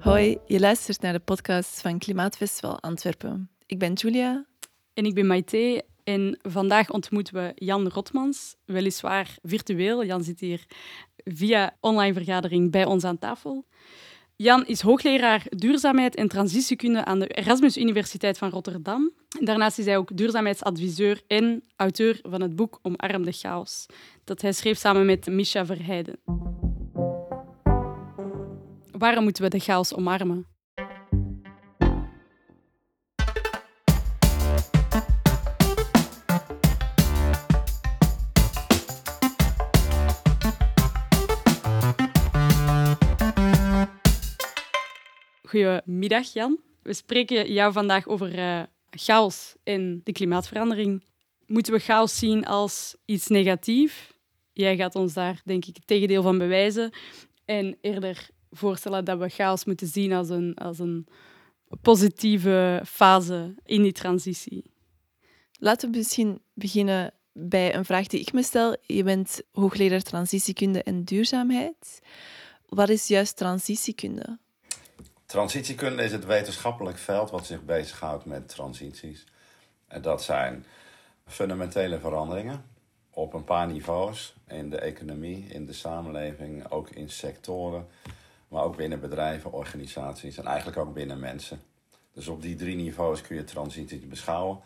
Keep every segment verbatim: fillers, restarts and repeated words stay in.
Hoi, je luistert naar de podcast van Klimaatfestival Antwerpen. Ik ben Julia. En ik ben Maite. En vandaag ontmoeten we Jan Rotmans, weliswaar virtueel. Jan zit hier via online vergadering bij ons aan tafel. Jan is hoogleraar duurzaamheid en transitiekunde aan de Erasmus Universiteit van Rotterdam. Daarnaast is hij ook duurzaamheidsadviseur en auteur van het boek Omarm de chaos, dat hij schreef samen met Misha Verheijden. Waarom moeten we de chaos omarmen? Goedemiddag, Jan. We spreken jou vandaag over uh, chaos en de klimaatverandering. Moeten we chaos zien als iets negatiefs? Jij gaat ons daar, denk ik, het tegendeel van bewijzen. En eerder voorstellen dat we chaos moeten zien als een, als een positieve fase in die transitie. Laten we misschien beginnen bij een vraag die ik me stel. Je bent hoogleraar transitiekunde en duurzaamheid. Wat is juist transitiekunde? Transitiekunde is het wetenschappelijk veld wat zich bezighoudt met transities. En dat zijn fundamentele veranderingen op een paar niveaus. In de economie, in de samenleving, ook in sectoren. Maar ook binnen bedrijven, organisaties en eigenlijk ook binnen mensen. Dus op die drie niveaus kun je transities beschouwen.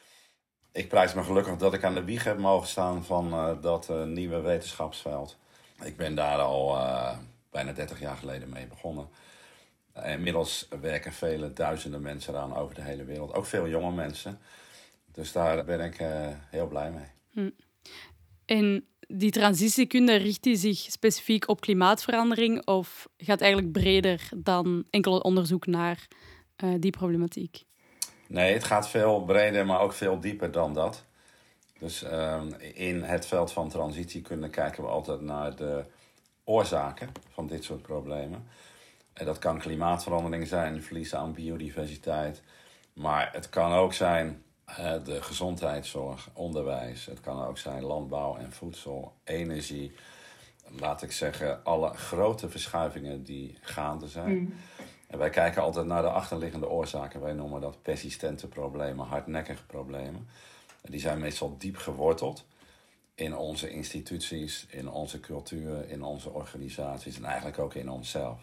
Ik prijs me gelukkig dat ik aan de wieg heb mogen staan van uh, dat uh, nieuwe wetenschapsveld. Ik ben daar al uh, bijna dertig jaar geleden mee begonnen. Inmiddels werken vele duizenden mensen eraan over de hele wereld. Ook veel jonge mensen. Dus daar ben ik uh, heel blij mee. Hm. En die transitiekunde, richt die zich specifiek op klimaatverandering of gaat eigenlijk breder dan enkel onderzoek naar uh, die problematiek? Nee, het gaat veel breder, maar ook veel dieper dan dat. Dus uh, in het veld van transitiekunde kijken we altijd naar de oorzaken van dit soort problemen. En dat kan klimaatverandering zijn, verlies aan biodiversiteit. Maar het kan ook zijn uh, de gezondheidszorg, onderwijs. Het kan ook zijn landbouw en voedsel, energie. Laat ik zeggen, alle grote verschuivingen die gaande zijn. Mm. En wij kijken altijd naar de achterliggende oorzaken. Wij noemen dat persistente problemen, hardnekkige problemen. En die zijn meestal diep geworteld in onze instituties, in onze cultuur, in onze organisaties en eigenlijk ook in onszelf.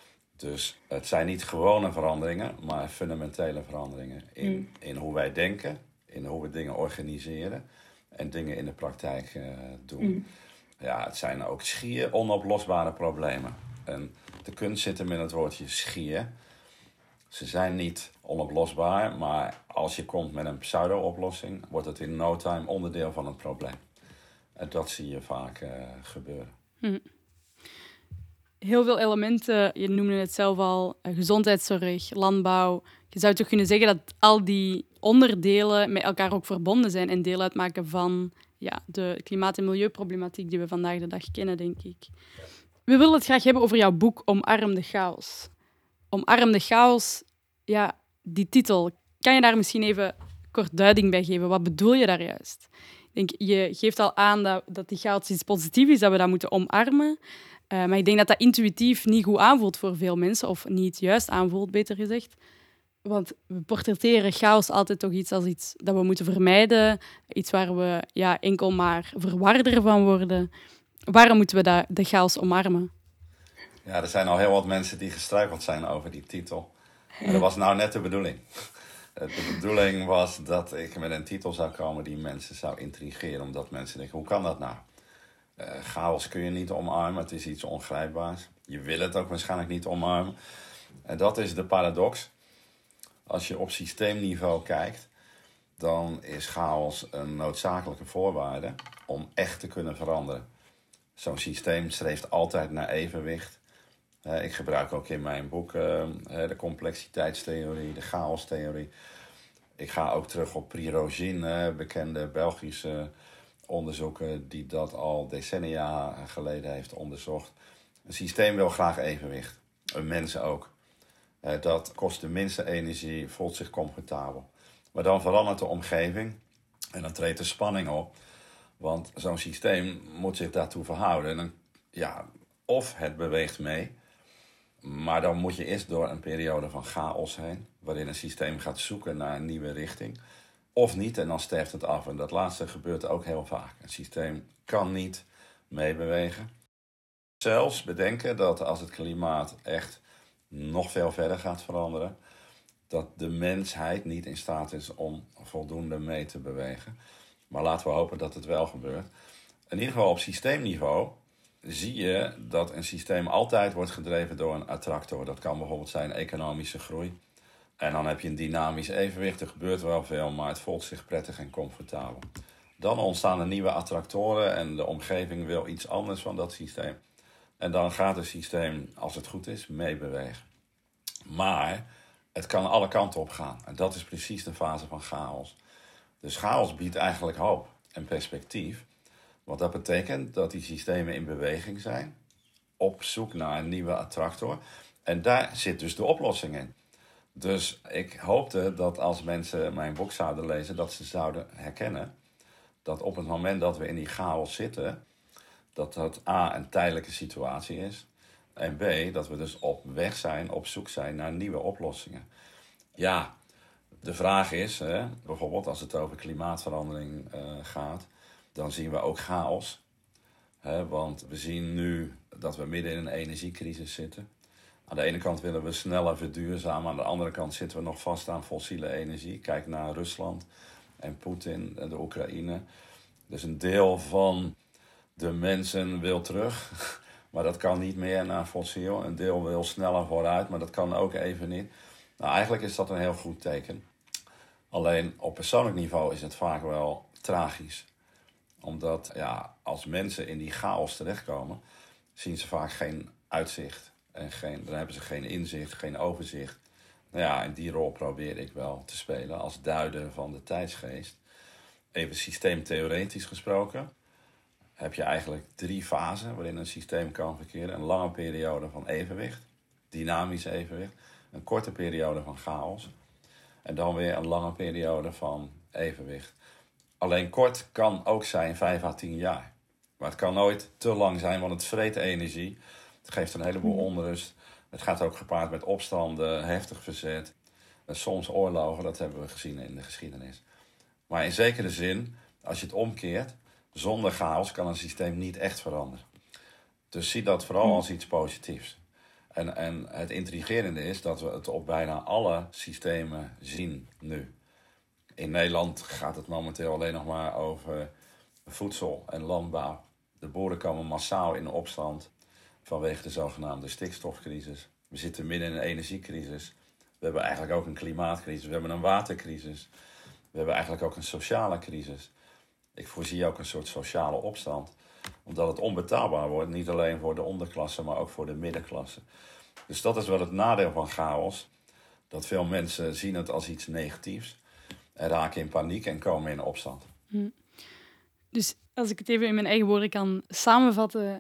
Dus het zijn niet gewone veranderingen, maar fundamentele veranderingen in, mm. in hoe wij denken, in hoe we dingen organiseren en dingen in de praktijk uh, doen. Mm. Ja, het zijn ook schier onoplosbare problemen. En de kunst zit hem in het woordje schier. Ze zijn niet onoplosbaar, maar als je komt met een pseudo-oplossing, wordt het in no time onderdeel van het probleem. En dat zie je vaak uh, gebeuren. Mm. Heel veel elementen, je noemde het zelf al, gezondheidszorg, landbouw. Je zou toch kunnen zeggen dat al die onderdelen met elkaar ook verbonden zijn en deel uitmaken van ja, de klimaat- en milieuproblematiek die we vandaag de dag kennen, denk ik. We willen het graag hebben over jouw boek Omarm de chaos. Omarm de chaos, ja, die titel. Kan je daar misschien even kort duiding bij geven? Wat bedoel je daar juist? Ik denk, je geeft al aan dat, dat die chaos iets positiefs is, dat we dat moeten omarmen. Uh, maar ik denk dat dat intuïtief niet goed aanvoelt voor veel mensen, of niet juist aanvoelt, beter gezegd. Want we portretteren chaos altijd toch iets als iets dat we moeten vermijden, iets waar we ja, enkel maar verwarder van worden. Waarom moeten we dat, de chaos omarmen? Ja, er zijn al heel wat mensen die gestruikeld zijn over die titel. En dat was nou net de bedoeling. De bedoeling was dat ik met een titel zou komen die mensen zou intrigeren, omdat mensen denken, hoe kan dat nou? Uh, chaos kun je niet omarmen, het is iets ongrijpbaars. Je wil het ook waarschijnlijk niet omarmen. En dat is de paradox. Als je op systeemniveau kijkt, dan is chaos een noodzakelijke voorwaarde om echt te kunnen veranderen. Zo'n systeem streeft altijd naar evenwicht. Uh, ik gebruik ook in mijn boek uh, de complexiteitstheorie, de chaostheorie. Ik ga ook terug op Prigogine, bekende Belgische onderzoeken die dat al decennia geleden heeft onderzocht. Een systeem wil graag evenwicht. Een mens ook. Dat kost de minste energie, voelt zich comfortabel. Maar dan verandert de omgeving en dan treedt de spanning op. Want zo'n systeem moet zich daartoe verhouden. En dan, ja, of het beweegt mee, Maar dan moet je eerst door een periode van chaos heen, waarin een systeem gaat zoeken naar een nieuwe richting. Of niet, en dan sterft het af. En dat laatste gebeurt ook heel vaak. Een systeem kan niet meebewegen. Zelfs bedenken dat als het klimaat echt nog veel verder gaat veranderen, dat de mensheid niet in staat is om voldoende mee te bewegen. Maar laten we hopen dat het wel gebeurt. In ieder geval op systeemniveau zie je dat een systeem altijd wordt gedreven door een attractor. Dat kan bijvoorbeeld zijn economische groei. En dan heb je een dynamisch evenwicht. Er gebeurt wel veel, maar het voelt zich prettig en comfortabel. Dan ontstaan er nieuwe attractoren en de omgeving wil iets anders van dat systeem. En dan gaat het systeem, als het goed is, meebewegen. Maar het kan alle kanten op gaan. En dat is precies de fase van chaos. Dus chaos biedt eigenlijk hoop en perspectief. Want dat betekent dat die systemen in beweging zijn. Op zoek naar een nieuwe attractor. En daar zit dus de oplossing in. Dus ik hoopte dat als mensen mijn boek zouden lezen, dat ze zouden herkennen dat op het moment dat we in die chaos zitten, dat dat A, een tijdelijke situatie is. En B, dat we dus op weg zijn, op zoek zijn naar nieuwe oplossingen. Ja, de vraag is, hè, bijvoorbeeld als het over klimaatverandering uh, gaat, dan zien we ook chaos. Hè, want we zien nu dat we midden in een energiecrisis zitten. Aan de ene kant willen we sneller verduurzamen. Aan de andere kant zitten we nog vast aan fossiele energie. Kijk naar Rusland en Poetin en de Oekraïne. Dus een deel van de mensen wil terug. Maar dat kan niet meer naar fossiel. Een deel wil sneller vooruit, maar dat kan ook even niet. Nou, eigenlijk is dat een heel goed teken. Alleen op persoonlijk niveau is het vaak wel tragisch. Omdat ja, als mensen in die chaos terechtkomen, zien ze vaak geen uitzicht. En geen, dan hebben ze geen inzicht, geen overzicht. Nou ja, en die rol probeer ik wel te spelen als duider van de tijdsgeest. Even systeemtheoretisch gesproken heb je eigenlijk drie fasen waarin een systeem kan verkeren. Een lange periode van evenwicht, dynamisch evenwicht. Een korte periode van chaos. En dan weer een lange periode van evenwicht. Alleen kort kan ook zijn vijf à tien jaar. Maar het kan nooit te lang zijn, want het vreet energie. Het geeft een heleboel onrust. Het gaat ook gepaard met opstanden, heftig verzet. Soms oorlogen, dat hebben we gezien in de geschiedenis. Maar in zekere zin, als je het omkeert, zonder chaos kan een systeem niet echt veranderen. Dus zie dat vooral als iets positiefs. En, en het intrigerende is dat we het op bijna alle systemen zien nu. In Nederland gaat het momenteel alleen nog maar over voedsel en landbouw. De boeren komen massaal in opstand vanwege de zogenaamde stikstofcrisis. We zitten midden in een energiecrisis. We hebben eigenlijk ook een klimaatcrisis. We hebben een watercrisis. We hebben eigenlijk ook een sociale crisis. Ik voorzie ook een soort sociale opstand. Omdat het onbetaalbaar wordt. Niet alleen voor de onderklasse, maar ook voor de middenklasse. Dus dat is wel het nadeel van chaos. Dat veel mensen zien het als iets negatiefs. En raken in paniek en komen in opstand. Hm. Dus als ik het even in mijn eigen woorden kan samenvatten.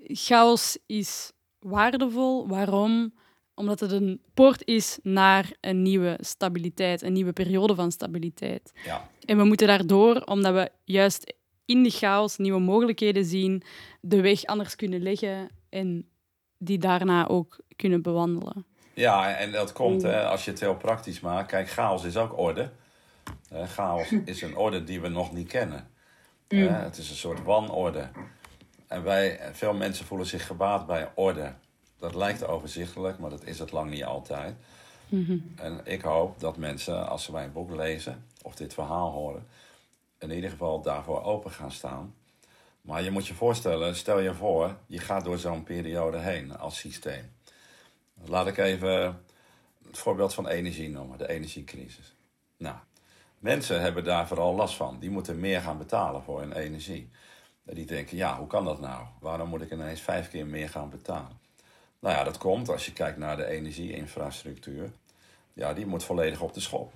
Chaos is waardevol. Waarom? Omdat het een poort is naar een nieuwe stabiliteit. Een nieuwe periode van stabiliteit. Ja. En we moeten daardoor, omdat we juist in die chaos nieuwe mogelijkheden zien, de weg anders kunnen leggen en die daarna ook kunnen bewandelen. Ja, en dat komt hè, als je het heel praktisch maakt. Kijk, chaos is ook orde. Uh, chaos is een orde die we nog niet kennen. Mm. Uh, het is een soort wanorde. En wij, veel mensen voelen zich gebaat bij orde. Dat lijkt overzichtelijk, maar dat is het lang niet altijd. Mm-hmm. En ik hoop dat mensen, als ze mijn boek lezen of dit verhaal horen, in ieder geval daarvoor open gaan staan. Maar je moet je voorstellen, stel je voor, je gaat door zo'n periode heen als systeem. Laat ik even het voorbeeld van energie noemen, de energiecrisis. Nou, mensen hebben daar vooral last van. Die moeten meer gaan betalen voor hun energie. En die denken, ja, hoe kan dat nou? Waarom moet ik ineens vijf keer meer gaan betalen? Nou ja, dat komt als je kijkt naar de energieinfrastructuur. Ja, die moet volledig op de schop.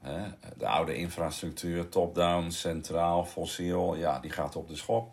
De oude infrastructuur, top-down, centraal, fossiel, ja, die gaat op de schop.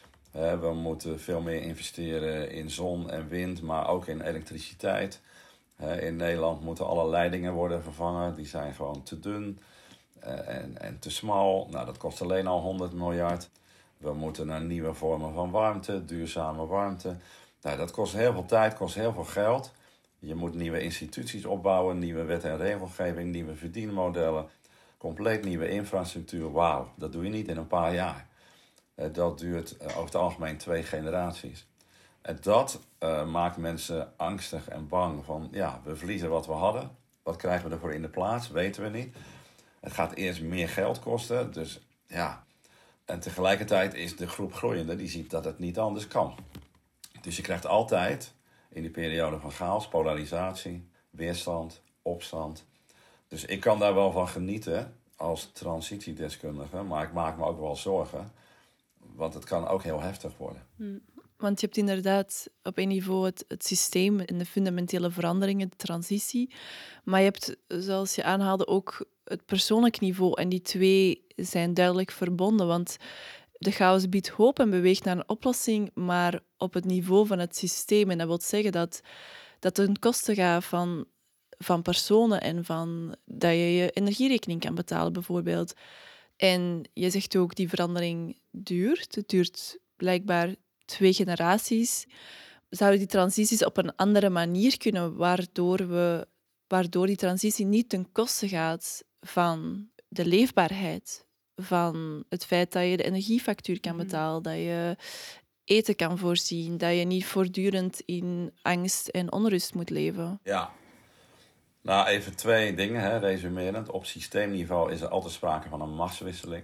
We moeten veel meer investeren in zon en wind, maar ook in elektriciteit. In Nederland moeten alle leidingen worden vervangen. Die zijn gewoon te dun en, en te smal. Nou, dat kost alleen al honderd miljard. We moeten naar nieuwe vormen van warmte, duurzame warmte. Nou, dat kost heel veel tijd, kost heel veel geld. Je moet nieuwe instituties opbouwen, nieuwe wet en regelgeving, nieuwe verdienmodellen, compleet nieuwe infrastructuur. Wauw, dat doe je niet in een paar jaar. Dat duurt over het algemeen twee generaties. En dat uh, maakt mensen angstig en bang van, ja, we verliezen wat we hadden. Wat krijgen we ervoor in de plaats? Weten we niet. Het gaat eerst meer geld kosten, dus ja. En tegelijkertijd is de groep groeiende, die ziet dat het niet anders kan. Dus je krijgt altijd in die periode van chaos, polarisatie, weerstand, opstand. Dus ik kan daar wel van genieten als transitiedeskundige, maar ik maak me ook wel zorgen, want het kan ook heel heftig worden. Hmm. Want je hebt inderdaad op een niveau het, het systeem en de fundamentele veranderingen, de transitie. Maar je hebt, zoals je aanhaalde, ook het persoonlijk niveau. En die twee zijn duidelijk verbonden. Want de chaos biedt hoop en beweegt naar een oplossing, maar op het niveau van het systeem. En dat wil zeggen dat dat ten koste gaat van, van personen en van dat je je energierekening kan betalen, bijvoorbeeld. En je zegt ook, die verandering duurt. Het duurt blijkbaar twee generaties. Zouden die transities op een andere manier kunnen, waardoor, we, waardoor die transitie niet ten koste gaat van de leefbaarheid, van het feit dat je de energiefactuur kan betalen, dat je eten kan voorzien, dat je niet voortdurend in angst en onrust moet leven? Ja. Nou, even twee dingen, hè, resumerend. Op systeemniveau is er altijd sprake van een machtswisseling.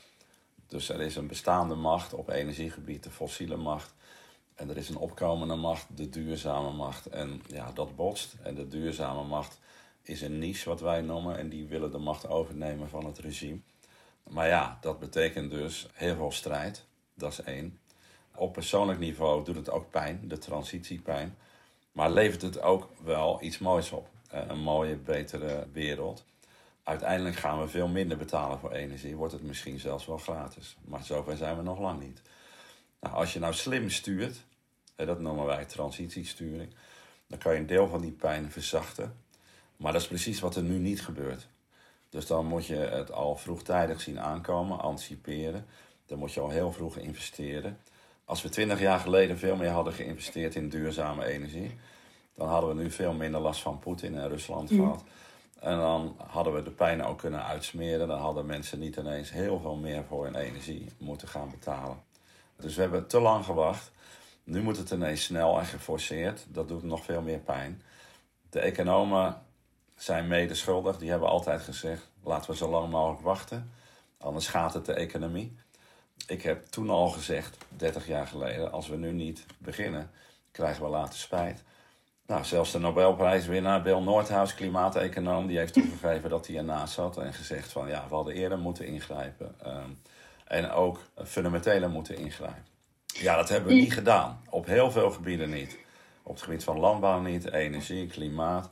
Dus er is een bestaande macht op energiegebied, de fossiele macht. En er is een opkomende macht, de duurzame macht. En ja, dat botst. En de duurzame macht is een niche, wat wij noemen. En die willen de macht overnemen van het regime. Maar ja, dat betekent dus heel veel strijd. Dat is één. Op persoonlijk niveau doet het ook pijn, de transitiepijn. Maar levert het ook wel iets moois op. Een mooie, betere wereld. Uiteindelijk gaan we veel minder betalen voor energie. Wordt het misschien zelfs wel gratis. Maar zover zijn we nog lang niet. Nou, als je nou slim stuurt, dat noemen wij transitiesturing, dan kan je een deel van die pijn verzachten. Maar dat is precies wat er nu niet gebeurt. Dus dan moet je het al vroegtijdig zien aankomen, anticiperen. Dan moet je al heel vroeg investeren. Als we twintig jaar geleden veel meer hadden geïnvesteerd in duurzame energie, dan hadden we nu veel minder last van Poetin en Rusland mm. gehad. En dan hadden we de pijn ook kunnen uitsmeren. Dan hadden mensen niet ineens heel veel meer voor hun energie moeten gaan betalen. Dus we hebben te lang gewacht. Nu moet het ineens snel en geforceerd. Dat doet nog veel meer pijn. De economen zijn mede schuldig. Die hebben altijd gezegd, laten we zo lang mogelijk wachten. Anders gaat het de economie. Ik heb toen al gezegd, dertig jaar geleden, als we nu niet beginnen, krijgen we later spijt. Nou, zelfs de Nobelprijswinnaar Bill Nordhaus, klimaateconoom, die heeft toegegeven dat hij ernaast zat en gezegd van ja, we hadden eerder moeten ingrijpen. Um, en ook fundamenteler moeten ingrijpen. Ja, dat hebben we niet gedaan. Op heel veel gebieden niet. Op het gebied van landbouw niet, energie, klimaat.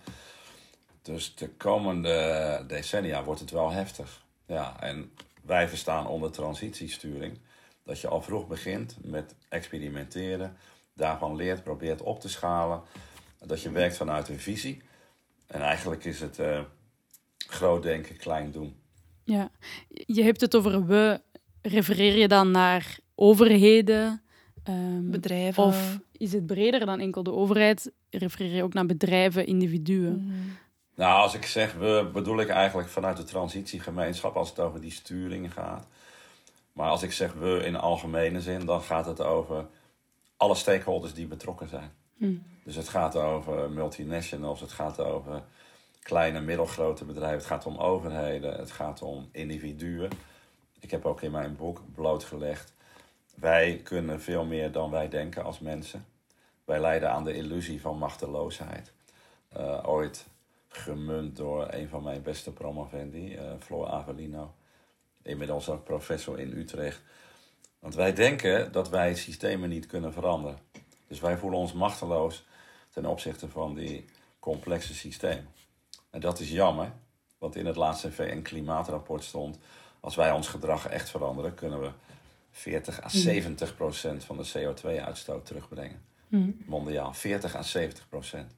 Dus de komende decennia wordt het wel heftig. Ja, en wij verstaan onder transitiesturing dat je al vroeg begint met experimenteren, daarvan leert, probeert op te schalen. Dat je werkt vanuit een visie. En eigenlijk is het uh, groot denken, klein doen. Ja, je hebt het over we. Refereer je dan naar overheden? Um, bedrijven? Of is het breder dan enkel de overheid? Refereer je ook naar bedrijven, individuen? Mm-hmm. Nou, als ik zeg we, bedoel ik eigenlijk vanuit de transitiegemeenschap, als het over die sturing gaat. Maar als ik zeg we in algemene zin, dan gaat het over alle stakeholders die betrokken zijn. Hmm. Dus het gaat over multinationals, het gaat over kleine, middelgrote bedrijven, het gaat om overheden, het gaat om individuen. Ik heb ook in mijn boek blootgelegd, wij kunnen veel meer dan wij denken als mensen. Wij lijden aan de illusie van machteloosheid. Uh, ooit gemunt door een van mijn beste promovendi, uh, Floor Avelino. Inmiddels ook professor in Utrecht. Want wij denken dat wij systemen niet kunnen veranderen. Dus wij voelen ons machteloos ten opzichte van die complexe systemen. En dat is jammer, want in het laatste V N-klimaatrapport stond, als wij ons gedrag echt veranderen, kunnen we veertig à zeventig procent van de C O twee uitstoot terugbrengen. Mm. Mondiaal, veertig à zeventig procent.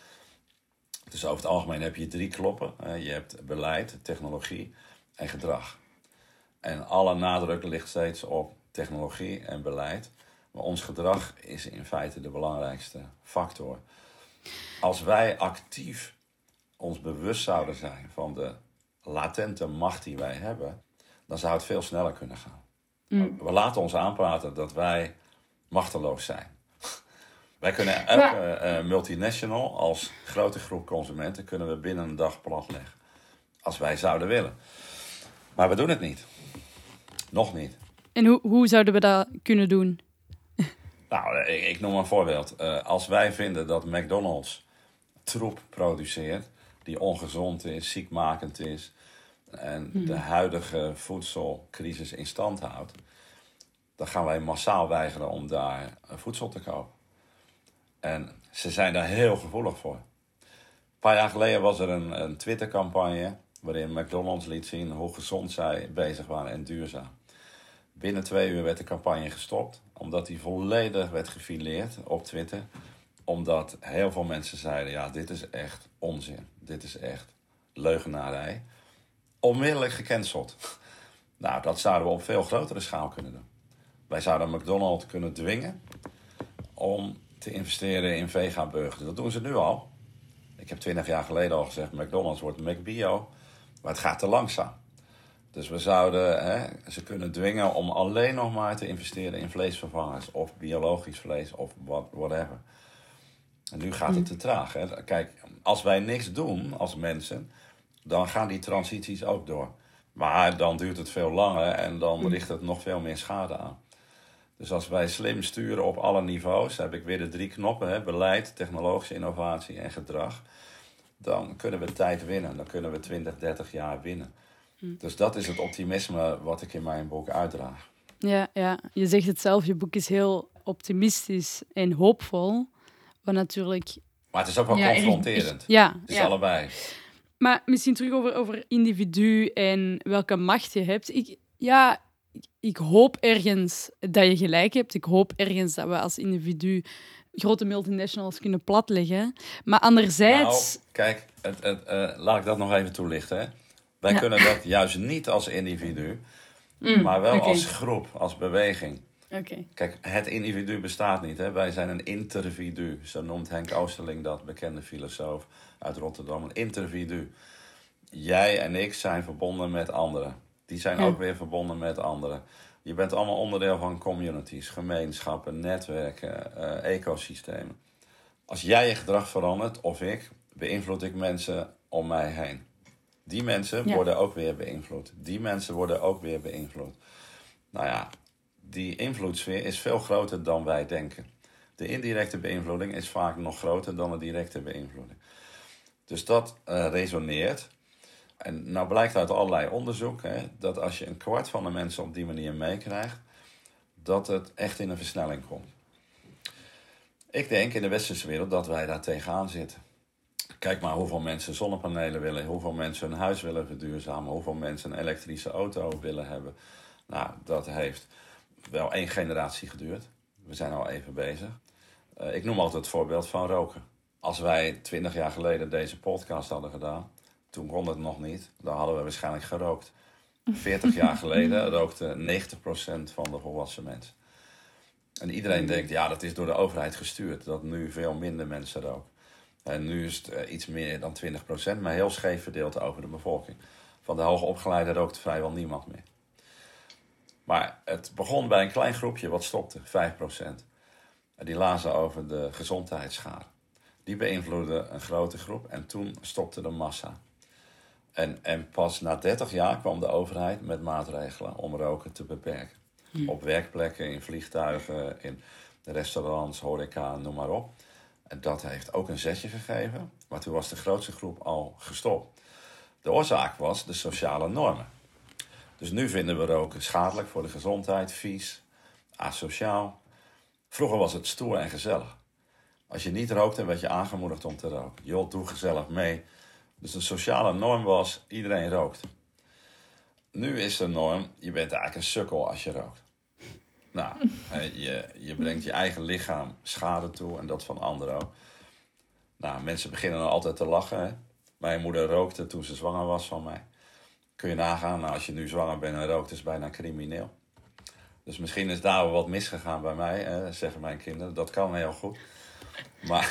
Dus over het algemeen heb je drie kloppen. Je hebt beleid, technologie en gedrag. En alle nadruk ligt steeds op technologie en beleid. Maar ons gedrag is in feite de belangrijkste factor. Als wij actief ons bewust zouden zijn van de latente macht die wij hebben, dan zou het veel sneller kunnen gaan. Mm. We laten ons aanpraten dat wij machteloos zijn. Wij kunnen elke ja. uh, multinational als grote groep consumenten kunnen we binnen een dag platleggen. Als wij zouden willen. Maar we doen het niet. Nog niet. En hoe, hoe zouden we dat kunnen doen? Nou, ik, ik noem een voorbeeld. Uh, als wij vinden dat McDonald's troep produceert die ongezond is, ziekmakend is en hmm. de huidige voedselcrisis in stand houdt, dan gaan wij massaal weigeren om daar voedsel te kopen. En ze zijn daar heel gevoelig voor. Een paar jaar geleden was er een, een Twitter-campagne waarin McDonald's liet zien hoe gezond zij bezig waren en duurzaam. Binnen twee uur werd de campagne gestopt, omdat die volledig werd gefileerd op Twitter. Omdat heel veel mensen zeiden, ja, dit is echt onzin. Dit is echt leugenarij. Onmiddellijk gecanceld. Nou, dat zouden we op veel grotere schaal kunnen doen. Wij zouden McDonald's kunnen dwingen om te investeren in vegan-burgers. Dat doen ze nu al. Ik heb twintig jaar geleden al gezegd, McDonald's wordt McBio, maar het gaat te langzaam. Dus we zouden hè, ze kunnen dwingen om alleen nog maar te investeren in vleesvervangers of biologisch vlees of what, whatever. En nu gaat het te traag. Hè. Kijk, als wij niks doen als mensen, dan gaan die transities ook door. Maar dan duurt het veel langer en dan richt het nog veel meer schade aan. Dus als wij slim sturen op alle niveaus, heb ik weer de drie knoppen, hè, beleid, technologische innovatie en gedrag, dan kunnen we tijd winnen. Dan kunnen we twintig, dertig jaar winnen. Hm. Dus dat is het optimisme wat ik in mijn boek uitdraag. Ja, ja, je zegt het zelf, je boek is heel optimistisch en hoopvol. Wat natuurlijk... Maar het is ook wel ja, confronterend. Ja, het is ja. allebei. Maar misschien terug over, over individu en welke macht je hebt. Ik, ja, ik hoop ergens dat je gelijk hebt. Ik hoop ergens dat we als individu grote multinationals kunnen platleggen. Maar anderzijds... Nou, kijk, het, het, uh, laat ik dat nog even toelichten. Hè. Wij ja. kunnen dat juist niet als individu, mm, maar wel okay. als groep, als beweging. Okay. Kijk, het individu bestaat niet. Hè. Wij zijn een intervidu. Zo noemt Henk Oosterling dat, bekende filosoof uit Rotterdam. Een intervidu. Jij en ik zijn verbonden met anderen. Die zijn ja. ook weer verbonden met anderen. Je bent allemaal onderdeel van communities, gemeenschappen, netwerken, uh, ecosystemen. Als jij je gedrag verandert, of ik, beïnvloed ik mensen om mij heen. Die mensen ja. worden ook weer beïnvloed. Die mensen worden ook weer beïnvloed. Nou ja, die invloedssfeer is veel groter dan wij denken. De indirecte beïnvloeding is vaak nog groter dan de directe beïnvloeding. Dus dat uh, resoneert. En nou blijkt uit allerlei onderzoek, hè, dat als je een kwart van de mensen op die manier meekrijgt, dat het echt in een versnelling komt. Ik denk in de westerse wereld dat wij daar tegenaan zitten. Kijk maar hoeveel mensen zonnepanelen willen, hoeveel mensen hun huis willen verduurzamen, hoeveel mensen een elektrische auto willen hebben. Nou, dat heeft wel één generatie geduurd. We zijn al even bezig. Uh, ik noem altijd het voorbeeld van roken. Als wij twintig jaar geleden deze podcast hadden gedaan, toen kon het nog niet, dan hadden we waarschijnlijk gerookt. veertig jaar geleden rookte negentig procent van de volwassen mensen. En iedereen denkt, ja, dat is door de overheid gestuurd, dat nu veel minder mensen roken. En nu is het uh, iets meer dan twintig procent, maar heel scheef verdeeld over de bevolking. Van de hoogopgeleiden rookt vrijwel niemand meer. Maar het begon bij een klein groepje wat stopte, vijf procent. En die lazen over de gezondheidsschade. Die beïnvloedde een grote groep en toen stopte de massa. En, en pas na dertig jaar kwam de overheid met maatregelen om roken te beperken. Hm. Op werkplekken, in vliegtuigen, in restaurants, horeca, noem maar op. En dat heeft ook een zetje gegeven, maar toen was de grootste groep al gestopt. De oorzaak was de sociale normen. Dus nu vinden we roken schadelijk voor de gezondheid, vies, asociaal. Vroeger was het stoer en gezellig. Als je niet rookte, werd je aangemoedigd om te roken. Joh, doe gezellig mee. Dus de sociale norm was, iedereen rookt. Nu is de norm, je bent eigenlijk een sukkel als je rookt. Nou, je, je brengt je eigen lichaam schade toe en dat van anderen ook. Nou, mensen beginnen dan altijd te lachen. Hè? Mijn moeder rookte toen ze zwanger was van mij. Kun je nagaan, nou, als je nu zwanger bent en rookt, is het bijna crimineel. Dus misschien is daar wel wat misgegaan bij mij, hè, zeggen mijn kinderen. Dat kan heel goed. Maar,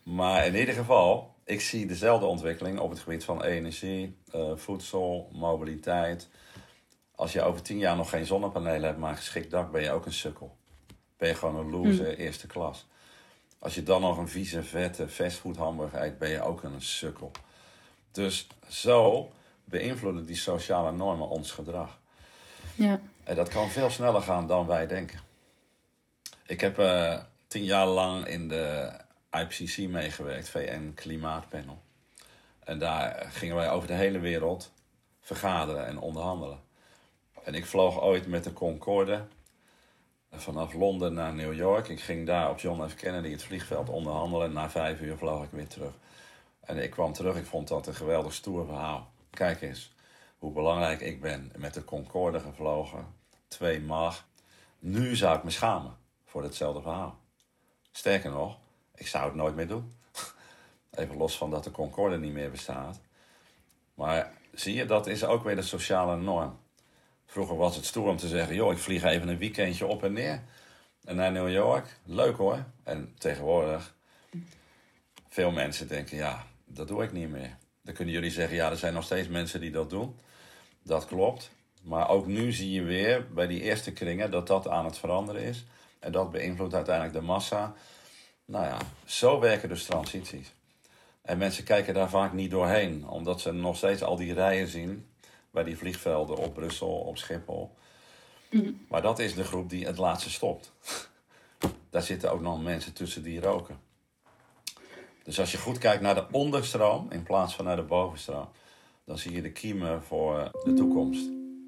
Maar in ieder geval, ik zie dezelfde ontwikkeling op het gebied van energie, uh, voedsel, mobiliteit. Als je over tien jaar nog geen zonnepanelen hebt, maar een geschikt dak, ben je ook een sukkel. Ben je gewoon een loser mm. eerste klas. Als je dan nog een vieze, vette fastfood hamburger eet, ben je ook een sukkel. Dus zo beïnvloeden die sociale normen ons gedrag. Ja. En dat kan veel sneller gaan dan wij denken. Ik heb uh, tien jaar lang in de I P C C meegewerkt, V N Klimaatpanel. En daar gingen wij over de hele wereld vergaderen en onderhandelen. En ik vloog ooit met de Concorde vanaf Londen naar New York. Ik ging daar op John F. Kennedy het vliegveld onderhandelen. Na vijf uur vloog ik weer terug. En ik kwam terug, ik vond dat een geweldig stoer verhaal. Kijk eens hoe belangrijk ik ben. Met de Concorde gevlogen, twee mag. Nu zou ik me schamen voor hetzelfde verhaal. Sterker nog, ik zou het nooit meer doen. Even los van dat de Concorde niet meer bestaat. Maar zie je, dat is ook weer de sociale norm. Vroeger was het stoer om te zeggen, joh, ik vlieg even een weekendje op en neer. En naar New York, leuk hoor. En tegenwoordig, veel mensen denken, ja, dat doe ik niet meer. Dan kunnen jullie zeggen, ja, er zijn nog steeds mensen die dat doen. Dat klopt. Maar ook nu zie je weer bij die eerste kringen dat dat aan het veranderen is. En dat beïnvloedt uiteindelijk de massa. Nou ja, zo werken dus transities. En mensen kijken daar vaak niet doorheen. Omdat ze nog steeds al die rijen zien bij die vliegvelden op Brussel, op Schiphol. Mm. Maar dat is de groep die het laatste stopt. Daar zitten ook nog mensen tussen die roken. Dus als je goed kijkt naar de onderstroom in plaats van naar de bovenstroom, dan zie je de kiemen voor de toekomst.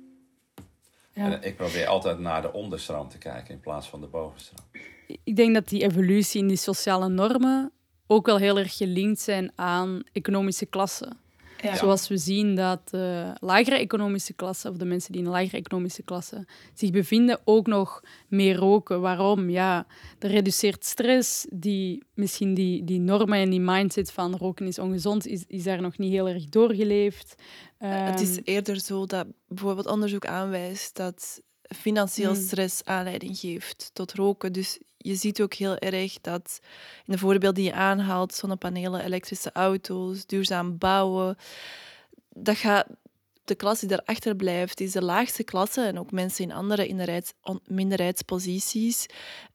Ja. En ik probeer altijd naar de onderstroom te kijken in plaats van de bovenstroom. Ik denk dat die evolutie in die sociale normen ook wel heel erg gelinkt zijn aan economische klassen. Ja. Zoals we zien dat de lagere economische klassen, of de mensen die in een lagere economische klasse zich bevinden, ook nog meer roken. Waarom? Ja, dat reduceert stress. Die, misschien die, die normen en die mindset van roken is ongezond, is, is daar nog niet heel erg doorgeleefd. Um, Het is eerder zo dat bijvoorbeeld onderzoek aanwijst dat financieel stress aanleiding geeft tot roken. Dus je ziet ook heel erg dat in de voorbeelden die je aanhaalt, zonnepanelen, elektrische auto's, duurzaam bouwen, dat gaat, de klasse die daarachter blijft, is de laagste klasse en ook mensen in andere minderheids, minderheidsposities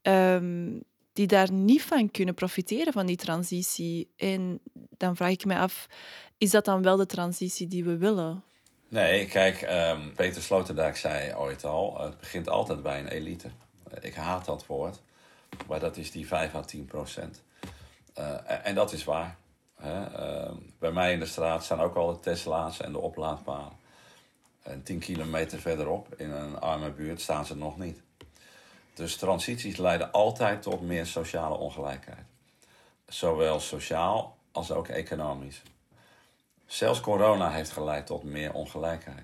um, die daar niet van kunnen profiteren van die transitie. En dan vraag ik me af, is dat dan wel de transitie die we willen? Nee, kijk, um, Peter Sloterdijk zei ooit al, het begint altijd bij een elite. Ik haat dat woord, maar dat is die vijf à tien procent. Uh, en dat is waar. Hè? Uh, bij mij in de straat staan ook al de Tesla's en de oplaadpalen. En tien kilometer verderop, in een arme buurt, staan ze nog niet. Dus transities leiden altijd tot meer sociale ongelijkheid. Zowel sociaal als ook economisch. Zelfs corona heeft geleid tot meer ongelijkheid.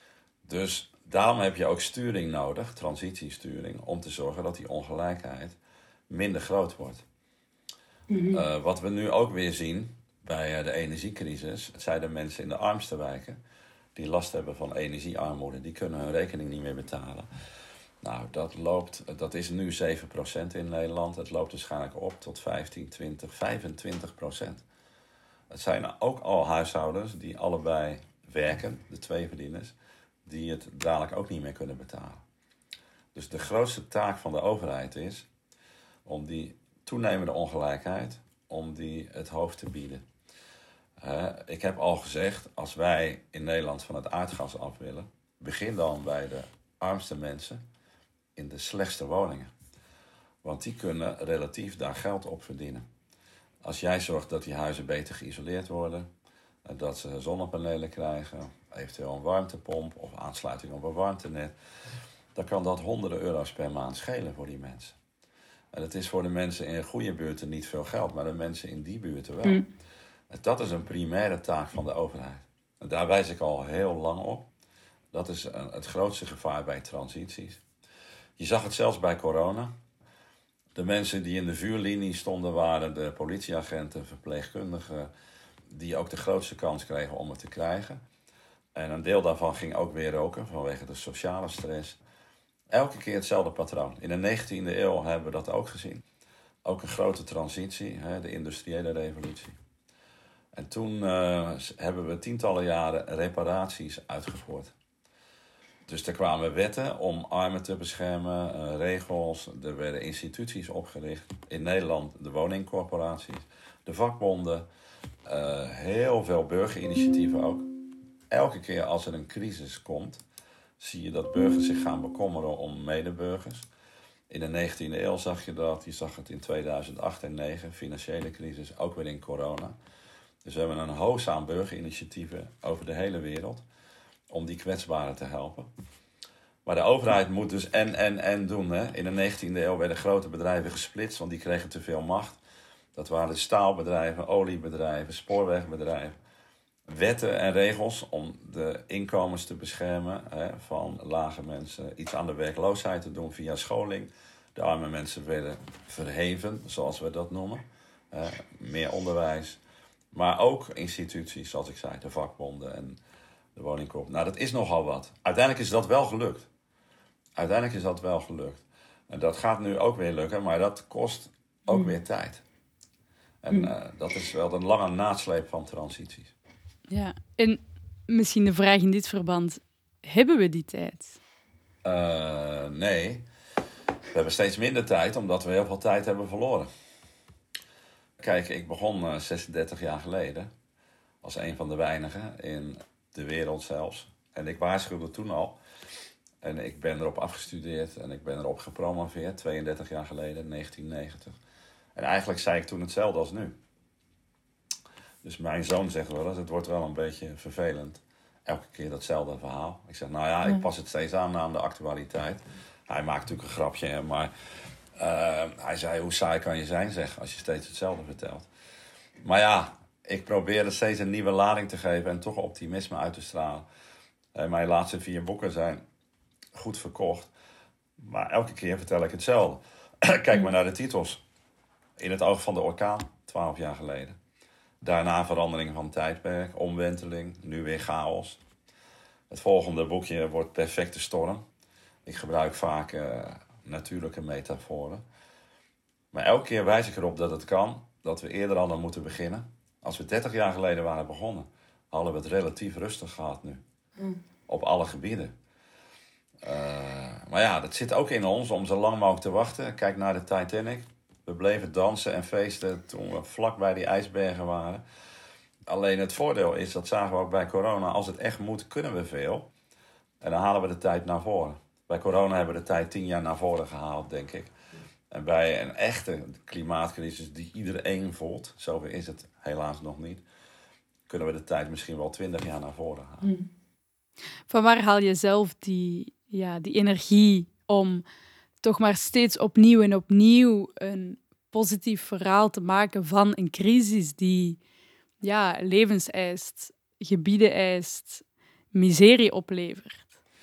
Dus daarom heb je ook sturing nodig, transitiesturing, om te zorgen dat die ongelijkheid minder groot wordt. Mm-hmm. Uh, wat we nu ook weer zien bij uh, de energiecrisis, het zijn de mensen in de armste wijken die last hebben van energiearmoede, die kunnen hun rekening niet meer betalen. Nou, dat loopt, dat is nu zeven procent in Nederland. Het loopt waarschijnlijk op tot vijftien, twintig, vijfentwintig procent. Het zijn ook al huishoudens die allebei werken, de twee verdieners, die het dadelijk ook niet meer kunnen betalen. Dus de grootste taak van de overheid is om die toenemende ongelijkheid, om die het hoofd te bieden. Uh, ik heb al gezegd, als wij in Nederland van het aardgas af willen, begin dan bij de armste mensen in de slechtste woningen. Want die kunnen relatief daar geld op verdienen. Als jij zorgt dat die huizen beter geïsoleerd worden, dat ze zonnepanelen krijgen, eventueel een warmtepomp of aansluiting op een warmtenet, dan kan dat honderden euro's per maand schelen voor die mensen. En het is voor de mensen in goede buurten niet veel geld, maar de mensen in die buurten wel. Mm. En dat is een primaire taak van de overheid. En daar wijs ik al heel lang op. Dat is een, het grootste gevaar bij transities. Je zag het zelfs bij corona. De mensen die in de vuurlinie stonden waren de politieagenten, verpleegkundigen, die ook de grootste kans kregen om het te krijgen. En een deel daarvan ging ook weer roken vanwege de sociale stress. Elke keer hetzelfde patroon. In de negentiende eeuw hebben we dat ook gezien. ook een grote transitie, hè, de industriële revolutie. En toen uh, hebben we tientallen jaren reparaties uitgevoerd. Dus er kwamen wetten om armen te beschermen, uh, regels. Er werden instituties opgericht. In Nederland de woningcorporaties, de vakbonden. Uh, heel veel burgerinitiatieven ook. Elke keer als er een crisis komt, zie je dat burgers zich gaan bekommeren om medeburgers. In de negentiende eeuw zag je dat. Je zag het in tweeduizend acht en tweeduizend negen, financiële crisis, ook weer in corona. Dus we hebben een hoos aan burgerinitiatieven over de hele wereld om die kwetsbaren te helpen. Maar de overheid moet dus en, en, en doen. Hè. In de negentiende eeuw werden grote bedrijven gesplitst, want die kregen te veel macht. Dat waren staalbedrijven, oliebedrijven, spoorwegbedrijven. Wetten en regels om de inkomens te beschermen, hè, van lage mensen. Iets aan de werkloosheid te doen via scholing. De arme mensen werden verheven, zoals we dat noemen. Uh, meer onderwijs. Maar ook instituties, zoals ik zei, de vakbonden en de woningcorp. Nou, dat is nogal wat. Uiteindelijk is dat wel gelukt. Uiteindelijk is dat wel gelukt. En dat gaat nu ook weer lukken, maar dat kost ook mm. weer tijd. En mm. uh, dat is wel een lange nasleep van transities. Ja, en misschien de vraag in dit verband. Hebben we die tijd? Uh, nee. We hebben steeds minder tijd, omdat we heel veel tijd hebben verloren. Kijk, ik begon uh, zesendertig jaar geleden. Als een van de weinigen in de wereld zelfs. En ik waarschuwde toen al. En ik ben erop afgestudeerd en ik ben erop gepromoveerd. tweeëndertig jaar geleden, negentien negentig. En eigenlijk zei ik toen hetzelfde als nu. Dus mijn zoon zegt wel eens, het wordt wel een beetje vervelend. Elke keer datzelfde verhaal. Ik zeg, nou ja, ik pas het steeds aan aan de actualiteit. Hij maakt natuurlijk een grapje, maar uh, hij zei, hoe saai kan je zijn, zeg, als je steeds hetzelfde vertelt. Maar ja, ik probeer er steeds een nieuwe lading te geven en toch optimisme uit te stralen. Uh, mijn laatste vier boeken zijn goed verkocht. Maar elke keer vertel ik hetzelfde. Kijk maar naar de titels. In het oog van de orkaan, twaalf jaar geleden. Daarna verandering van tijdperk, omwenteling, nu weer chaos. Het volgende boekje wordt Perfecte Storm. Ik gebruik vaak uh, natuurlijke metaforen. Maar elke keer wijs ik erop dat het kan, dat we eerder hadden moeten beginnen. Als we dertig jaar geleden waren begonnen, hadden we het relatief rustig gehad nu. Mm. Op alle gebieden. Uh, maar ja, dat zit ook in ons om zo lang mogelijk te wachten. Kijk naar de Titanic. We bleven dansen en feesten toen we vlak bij die ijsbergen waren. Alleen het voordeel is, dat zagen we ook bij corona, als het echt moet, kunnen we veel. En dan halen we de tijd naar voren. Bij corona hebben we de tijd tien jaar naar voren gehaald, denk ik. En bij een echte klimaatcrisis die iedereen voelt, zover is het helaas nog niet, kunnen we de tijd misschien wel twintig jaar naar voren halen. Van waar haal je zelf die, ja, die energie om toch maar steeds opnieuw en opnieuw een positief verhaal te maken van een crisis die ja, levens eist, gebieden eist, miserie oplevert?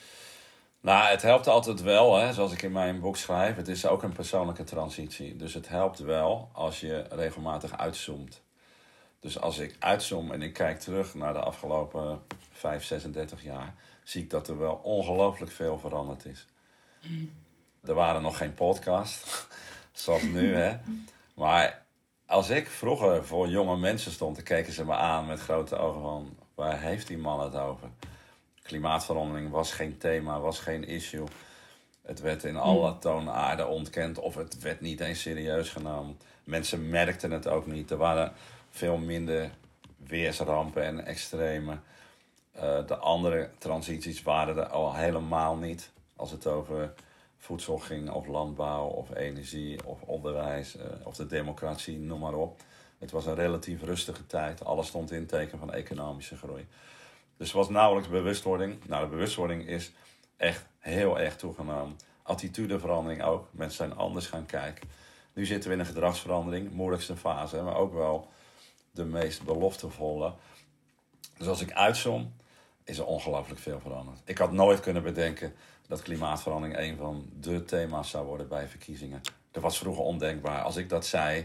Nou, het helpt altijd wel, hè, zoals ik in mijn boek schrijf. Het is ook een persoonlijke transitie. Dus het helpt wel als je regelmatig uitzoomt. Dus als ik uitzoom en ik kijk terug naar de afgelopen vijf, zesendertig jaar, zie ik dat er wel ongelooflijk veel veranderd is. Mm. Er waren nog geen podcasts, zoals nu, hè. Maar als ik vroeger voor jonge mensen stond, dan keken ze me aan met grote ogen van, waar heeft die man het over? Klimaatverandering was geen thema, was geen issue. Het werd in alle toonaarden ontkend of het werd niet eens serieus genomen. Mensen merkten het ook niet. Er waren veel minder weersrampen en extreme. Uh, de andere transities waren er al helemaal niet. Als het over voedsel ging, of landbouw, of energie, of onderwijs, uh, of de democratie, noem maar op. Het was een relatief rustige tijd. Alles stond in het teken van economische groei. Dus er was nauwelijks bewustwording. Nou, de bewustwording is echt heel erg toegenomen. Attitudeverandering ook. Mensen zijn anders gaan kijken. Nu zitten we in een gedragsverandering. Moeilijkste fase, maar ook wel de meest beloftevolle. Dus als ik uitzoom, is er ongelooflijk veel veranderd. Ik had nooit kunnen bedenken dat klimaatverandering een van de thema's zou worden bij verkiezingen. Dat was vroeger ondenkbaar. Als ik dat zei,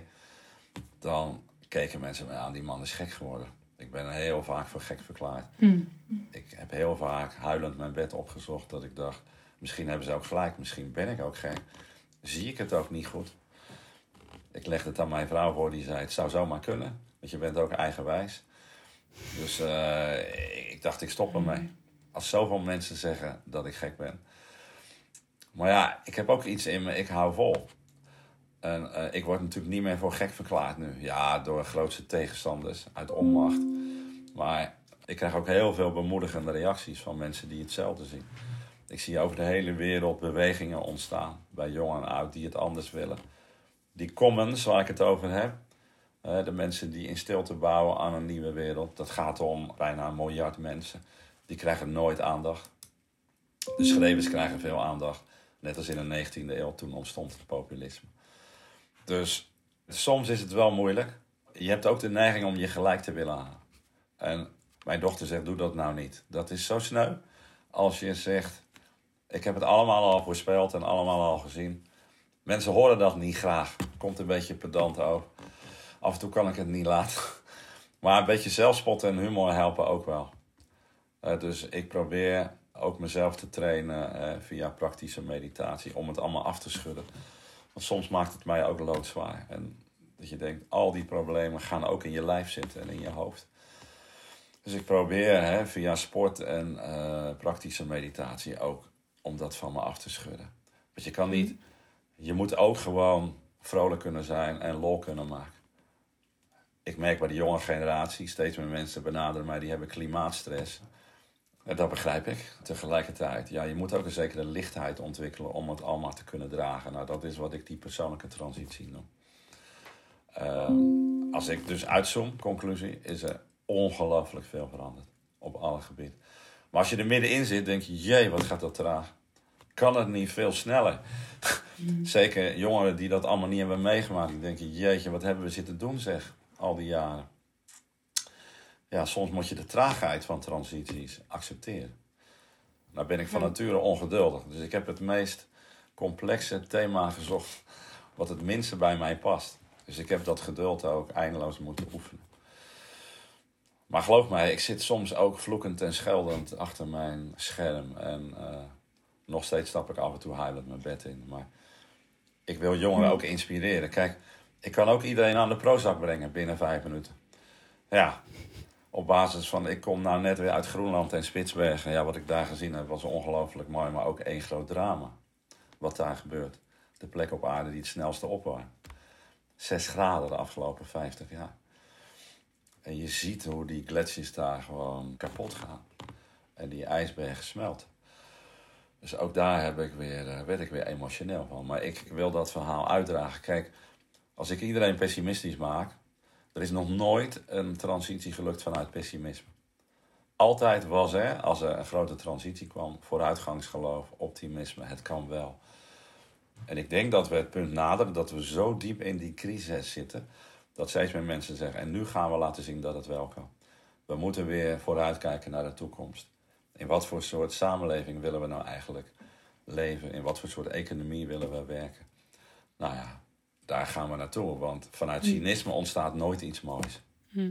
dan keken mensen me aan, die man is gek geworden. Ik ben heel vaak voor gek verklaard. Mm. Ik heb heel vaak huilend mijn bed opgezocht dat ik dacht, misschien hebben ze ook gelijk, misschien ben ik ook gek. Zie ik het ook niet goed? Ik legde het aan mijn vrouw voor, die zei, het zou zomaar kunnen. Want je bent ook eigenwijs. Dus uh, ik dacht, ik stop ermee. Als zoveel mensen zeggen dat ik gek ben. Maar ja, ik heb ook iets in me, ik hou vol. En uh, ik word natuurlijk niet meer voor gek verklaard nu. Ja, door grootste tegenstanders uit onmacht. Maar ik krijg ook heel veel bemoedigende reacties van mensen die hetzelfde zien. Ik zie over de hele wereld bewegingen ontstaan. Bij jong en oud die het anders willen. Die commons waar ik het over heb. Uh, de mensen die in stilte bouwen aan een nieuwe wereld. Dat gaat om bijna een miljard mensen. Die krijgen nooit aandacht. De schreeuwers krijgen veel aandacht. Net als in de negentiende eeuw, toen ontstond het populisme. Dus soms is het wel moeilijk. Je hebt ook de neiging om je gelijk te willen halen. En mijn dochter zegt, doe dat nou niet. Dat is zo sneu. Als je zegt, ik heb het allemaal al voorspeld en allemaal al gezien. Mensen horen dat niet graag. Komt een beetje pedant over. Af en toe kan ik het niet laten. Maar een beetje zelfspot en humor helpen ook wel. Uh, dus ik probeer ook mezelf te trainen uh, via praktische meditatie. Om het allemaal af te schudden. Want soms maakt het mij ook loodzwaar. En dat je denkt, al die problemen gaan ook in je lijf zitten en in je hoofd. Dus ik probeer hè, via sport en uh, praktische meditatie ook om dat van me af te schudden. Want je kan niet, je moet ook gewoon vrolijk kunnen zijn en lol kunnen maken. Ik merk bij de jonge generatie, steeds meer mensen benaderen mij, die hebben klimaatstress. En dat begrijp ik. Tegelijkertijd, ja, je moet ook een zekere lichtheid ontwikkelen om het allemaal te kunnen dragen. Nou, dat is wat ik die persoonlijke transitie noem. Uh, als ik dus uitzoom, conclusie, is er ongelooflijk veel veranderd. Op alle gebieden. Maar als je er middenin zit, denk je, jee, wat gaat dat traag. Kan het niet veel sneller? Zeker jongeren die dat allemaal niet hebben meegemaakt. Die denken, jeetje, wat hebben we zitten doen zeg, al die jaren. Ja, soms moet je de traagheid van transities accepteren. Nou ben ik van nature ongeduldig. Dus ik heb het meest complexe thema gezocht wat het minste bij mij past. Dus ik heb dat geduld ook eindeloos moeten oefenen. Maar geloof mij, ik zit soms ook vloekend en scheldend achter mijn scherm. En uh, nog steeds stap ik af en toe huilend mijn bed in. Maar ik wil jongeren ook inspireren. Kijk, ik kan ook iedereen aan de Prozac brengen binnen vijf minuten. Ja, op basis van, ik kom nou net weer uit Groenland en Spitsbergen. Ja, wat ik daar gezien heb was ongelooflijk mooi, maar ook één groot drama. Wat daar gebeurt. De plek op aarde die het snelste opwarmt. Zes graden de afgelopen vijftig jaar. En je ziet hoe die gletsjers daar gewoon kapot gaan. En die ijsbergen smelten. Dus ook daar heb ik weer, werd ik weer emotioneel van. Maar ik wil dat verhaal uitdragen. Kijk, als ik iedereen pessimistisch maak. Er is nog nooit een transitie gelukt vanuit pessimisme. Altijd was er, als er een grote transitie kwam, vooruitgangsgeloof, optimisme, het kan wel. En ik denk dat we het punt naderen dat we zo diep in die crisis zitten, dat steeds meer mensen zeggen, en nu gaan we laten zien dat het wel kan. We moeten weer vooruitkijken naar de toekomst. In wat voor soort samenleving willen we nou eigenlijk leven? In wat voor soort economie willen we werken? Nou ja, daar gaan we naartoe, want vanuit cynisme ontstaat nooit iets moois. Hm.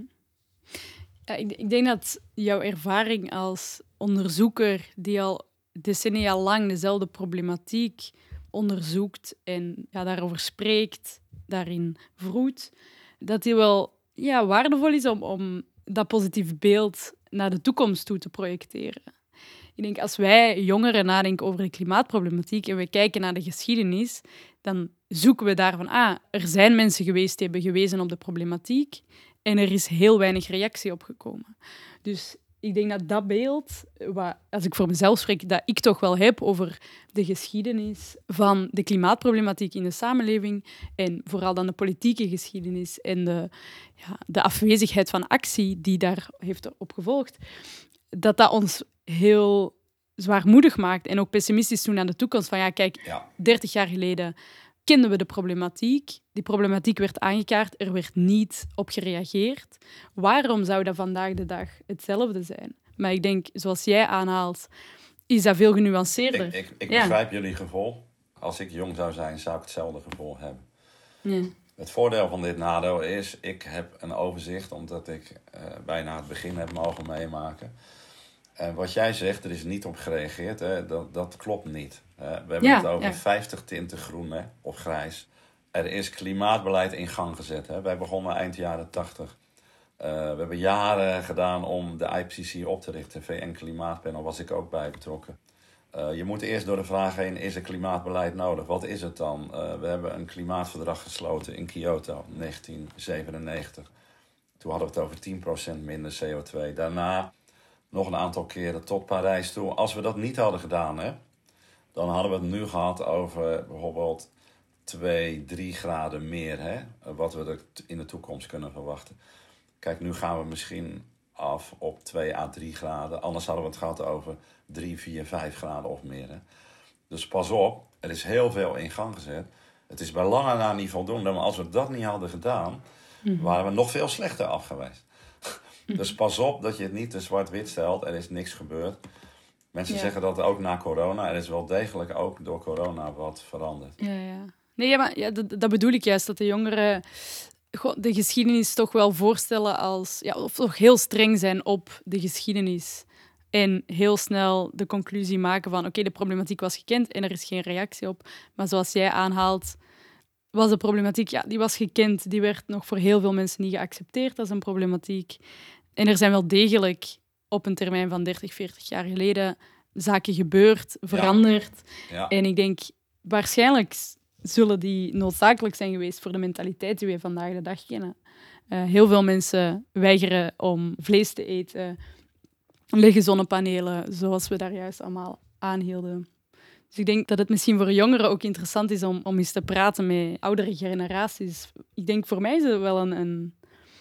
Ja, ik, ik denk dat jouw ervaring als onderzoeker die al decennia lang dezelfde problematiek onderzoekt en ja, daarover spreekt, daarin vroet, dat die wel ja, waardevol is om, om dat positief beeld naar de toekomst toe te projecteren. Ik denk, als wij jongeren nadenken over de klimaatproblematiek en we kijken naar de geschiedenis, dan zoeken we daarvan, ah, er zijn mensen geweest die hebben gewezen op de problematiek en er is heel weinig reactie op gekomen. Dus ik denk dat dat beeld, wat, als ik voor mezelf spreek, dat ik toch wel heb over de geschiedenis van de klimaatproblematiek in de samenleving en vooral dan de politieke geschiedenis en de, ja, de afwezigheid van actie die daar heeft op gevolgd, dat dat ons heel zwaarmoedig maakt en ook pessimistisch doen aan de toekomst. Van ja, kijk, Ja. dertig jaar geleden kenden we de problematiek. Die problematiek werd aangekaart, er werd niet op gereageerd. Waarom zou dat vandaag de dag hetzelfde zijn? Maar ik denk, zoals jij aanhaalt, is dat veel genuanceerder. Ik, ik, ik Ja. begrijp jullie gevoel. Als ik jong zou zijn, zou ik hetzelfde gevoel hebben. Ja. Het voordeel van dit nadeel is, ik heb een overzicht, omdat ik uh, bijna het begin heb mogen meemaken. En wat jij zegt, er is niet op gereageerd, hè, dat, dat klopt niet. Uh, we hebben Ja, het over ja. vijftig tinten groen hè, of grijs. er is klimaatbeleid in gang gezet. Hè. Wij begonnen eind jaren tachtig. Uh, we hebben jaren gedaan om de I P C C op te richten. V N-klimaatpanel was ik ook bij betrokken. Uh, je moet eerst door de vraag heen, is er klimaatbeleid nodig? Wat is het dan? Uh, we hebben een klimaatverdrag gesloten in Kyoto in negentien zevenennegentig. Toen hadden we het over tien procent minder C O twee. Daarna nog een aantal keren tot Parijs toe. Als we dat niet hadden gedaan, hè, dan hadden we het nu gehad over bijvoorbeeld twee, drie graden meer. Hè, wat we er in de toekomst kunnen verwachten. Kijk, nu gaan we misschien af op twee à drie graden. Anders hadden we het gehad over drie, vier, vijf graden of meer. Hè. Dus pas op, er is heel veel in gang gezet. Het is bij lange na niet voldoende, maar als we dat niet hadden gedaan, mm-hmm. waren we nog veel slechter af geweest. Mm-hmm. Dus pas op dat je het niet te zwart-wit stelt. Er is niks gebeurd. Mensen ja. zeggen dat ook na corona. Er is wel degelijk ook door corona wat veranderd. Ja, ja. Nee, ja, maar ja, dat, dat bedoel ik juist. Dat de jongeren de geschiedenis toch wel voorstellen als... Ja, of toch heel streng zijn op de geschiedenis. En heel snel de conclusie maken van... Oké, okay, de problematiek was gekend en er is geen reactie op. Maar zoals jij aanhaalt, was de problematiek... Ja, die was gekend. Die werd nog voor heel veel mensen niet geaccepteerd als een problematiek. En er zijn wel degelijk op een termijn van dertig, veertig jaar geleden zaken gebeurd, veranderd. Ja. Ja. En ik denk, waarschijnlijk zullen die noodzakelijk zijn geweest voor de mentaliteit die we vandaag de dag kennen. Uh, heel veel mensen weigeren om vlees te eten, leggen zonnepanelen, zoals we daar juist allemaal aanhielden. Dus ik denk dat het misschien voor jongeren ook interessant is om, om eens te praten met oudere generaties. Ik denk voor mij is het wel een, een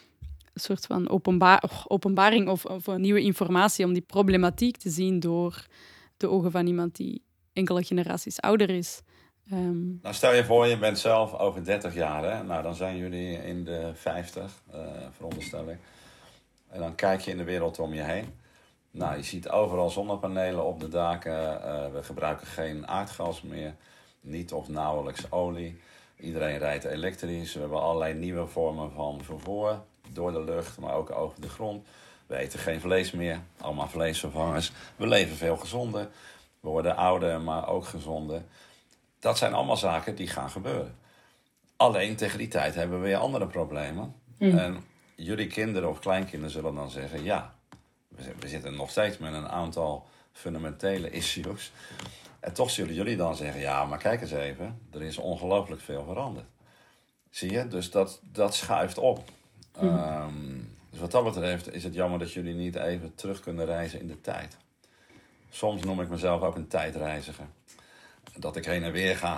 soort van openbaar, openbaring of, of een nieuwe informatie om die problematiek te zien door de ogen van iemand die enkele generaties ouder is. Um... Nou, stel je voor, je bent zelf over dertig jaar. Hè? Nou, dan zijn jullie in de vijftig, uh, veronderstel ik. En dan kijk je in de wereld om je heen. Nou, je ziet overal zonnepanelen op de daken. Uh, we gebruiken geen aardgas meer. Niet of nauwelijks olie. Iedereen rijdt elektrisch. We hebben allerlei nieuwe vormen van vervoer. Door de lucht, maar ook over de grond. We eten geen vlees meer. Allemaal vleesvervangers. We leven veel gezonder. We worden ouder, maar ook gezonder. Dat zijn allemaal zaken die gaan gebeuren. Alleen tegen die tijd hebben we weer andere problemen. Mm. En jullie kinderen of kleinkinderen zullen dan zeggen... ja, we zitten nog steeds met een aantal fundamentele issues. En toch zullen jullie dan zeggen... ja, maar kijk eens even, er is ongelooflijk veel veranderd. Zie je? Dus dat, dat schuift op. Mm. Um, dus wat dat betreft is het jammer dat jullie niet even terug kunnen reizen in de tijd. Soms noem ik mezelf ook een tijdreiziger. Dat ik heen en weer ga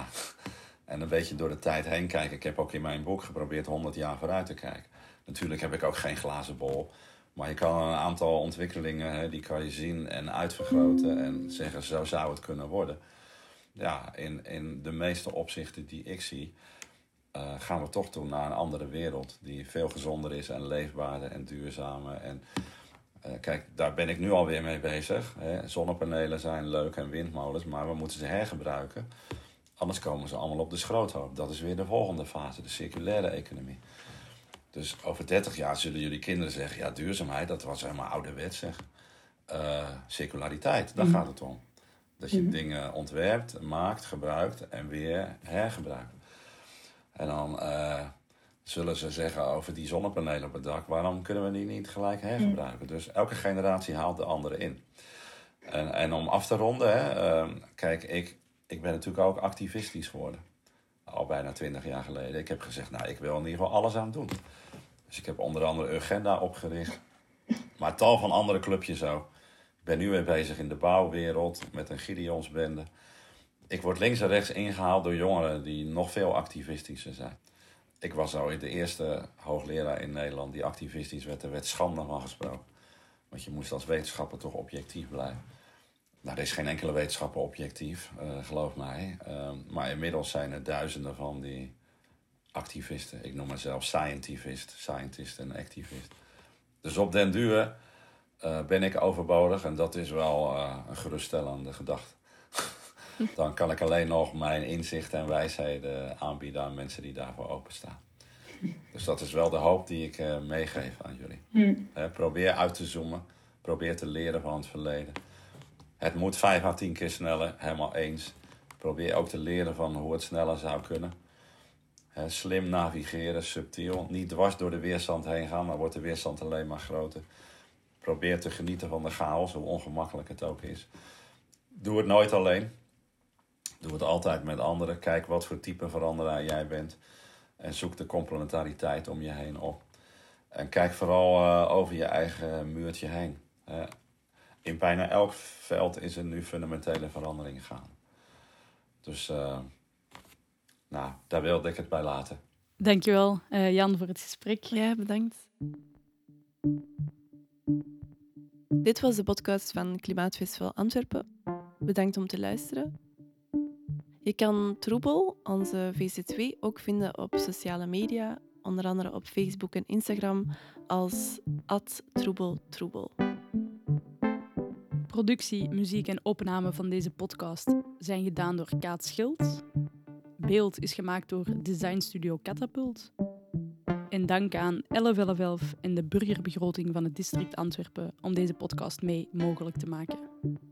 en een beetje door de tijd heen kijk. Ik heb ook in mijn boek geprobeerd honderd jaar vooruit te kijken. Natuurlijk heb ik ook geen glazen bol. Maar je kan een aantal ontwikkelingen, hè, die kan je zien en uitvergroten en zeggen, zo zou het kunnen worden. Ja, in, in de meeste opzichten die ik zie, uh, gaan we toch toe naar een andere wereld. Die veel gezonder is en leefbaarder en duurzamer. En uh, kijk, daar ben ik nu alweer mee bezig. Hè. Zonnepanelen zijn leuk en windmolens, maar we moeten ze hergebruiken. Anders komen ze allemaal op de schroothoop. Dat is weer de volgende fase, de circulaire economie. Dus over dertig jaar zullen jullie kinderen zeggen... ja, duurzaamheid, dat was helemaal ouderwets, zeg. Uh, circulariteit, daar mm. gaat het om. Dat je mm. dingen ontwerpt, maakt, gebruikt en weer hergebruikt. En dan uh, zullen ze zeggen over die zonnepanelen op het dak... waarom kunnen we die niet gelijk hergebruiken? Mm. Dus elke generatie haalt de andere in. En, en om af te ronden, hè, uh, kijk, ik, ik ben natuurlijk ook activistisch geworden. Al bijna twintig jaar geleden. Ik heb gezegd, nou, ik wil in ieder geval alles aan doen. Dus ik heb onder andere Urgenda opgericht. Maar tal van andere clubjes ook. Ik ben nu weer bezig in de bouwwereld met een Gideonsbende. Ik word links en rechts ingehaald door jongeren die nog veel activistischer zijn. Ik was ooit de eerste hoogleraar in Nederland die activistisch werd. Er werd schande van gesproken. Want je moest als wetenschapper toch objectief blijven. Nou, er is geen enkele wetenschapper objectief, uh, geloof mij. Uh, maar inmiddels zijn er duizenden van die activisten. Ik noem mezelf scientivist, scientist en activist. Dus op den duur uh, ben ik overbodig en dat is wel uh, een geruststellende gedachte. Dan kan ik alleen nog mijn inzichten en wijsheden aanbieden aan mensen die daarvoor openstaan. Dus dat is wel de hoop die ik uh, meegeef aan jullie. Mm. Uh, probeer uit te zoomen, probeer te leren van het verleden. Het moet vijf à tien keer sneller, helemaal eens. Probeer ook te leren van hoe het sneller zou kunnen. He, slim navigeren, subtiel. Niet dwars door de weerstand heen gaan, maar wordt de weerstand alleen maar groter. Probeer te genieten van de chaos, hoe ongemakkelijk het ook is. Doe het nooit alleen. Doe het altijd met anderen. Kijk wat voor type veranderaar jij bent. En zoek de complementariteit om je heen op. En kijk vooral uh, over je eigen muurtje heen. Uh, in bijna elk veld is er nu fundamentele verandering gaande. Dus uh, nou, daar wilde ik het bij laten. Dankjewel, uh, Jan, voor het gesprek. Ja, bedankt. Dit was de podcast van Klimaatfestival Antwerpen. Bedankt om te luisteren. Je kan Troebel, onze V Z twee, ook vinden op sociale media, onder andere op Facebook en Instagram als at troebeltroebel. Productie, muziek en opname van deze podcast zijn gedaan door Kaat Schild. Beeld is gemaakt door designstudio Catapult. En dank aan elf elf elf en de burgerbegroting van het district Antwerpen om deze podcast mee mogelijk te maken.